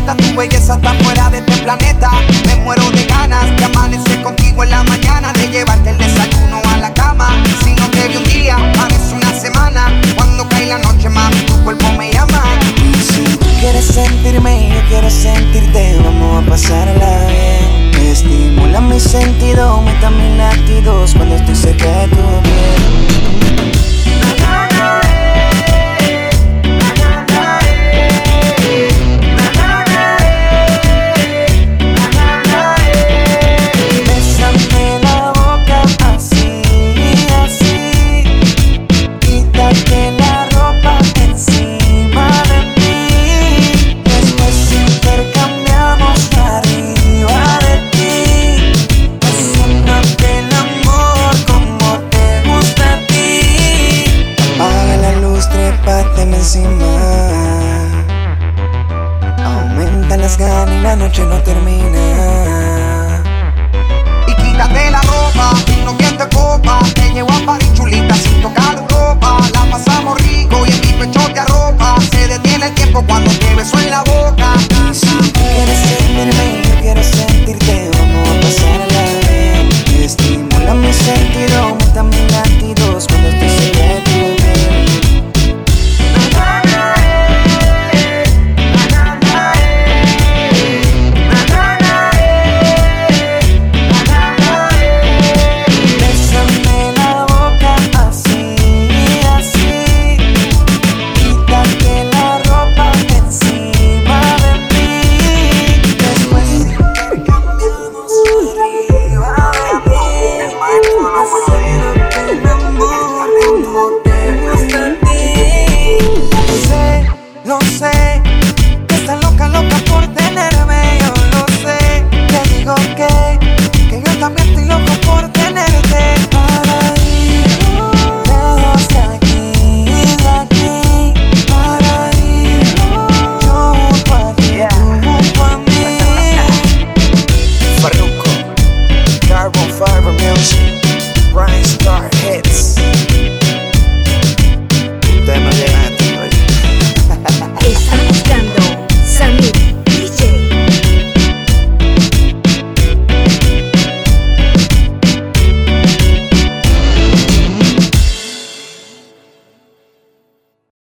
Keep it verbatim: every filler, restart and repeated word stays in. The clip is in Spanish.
neta, tu belleza está fuera de este planeta. Me muero de ganas de amanecer contigo en la mañana, de llevarte el desayuno a la cama. Si no te vi un día, parece una semana. Cuando cae la noche, mami, tu cuerpo me llama. Y si tú quieres sentirme y yo quiero sentirte, vamos a pasarla bien. Estimula mi sentido, aumenta mis latidos cuando estoy cerca de tu piel. Encima aumenta las ganas y la noche no termina.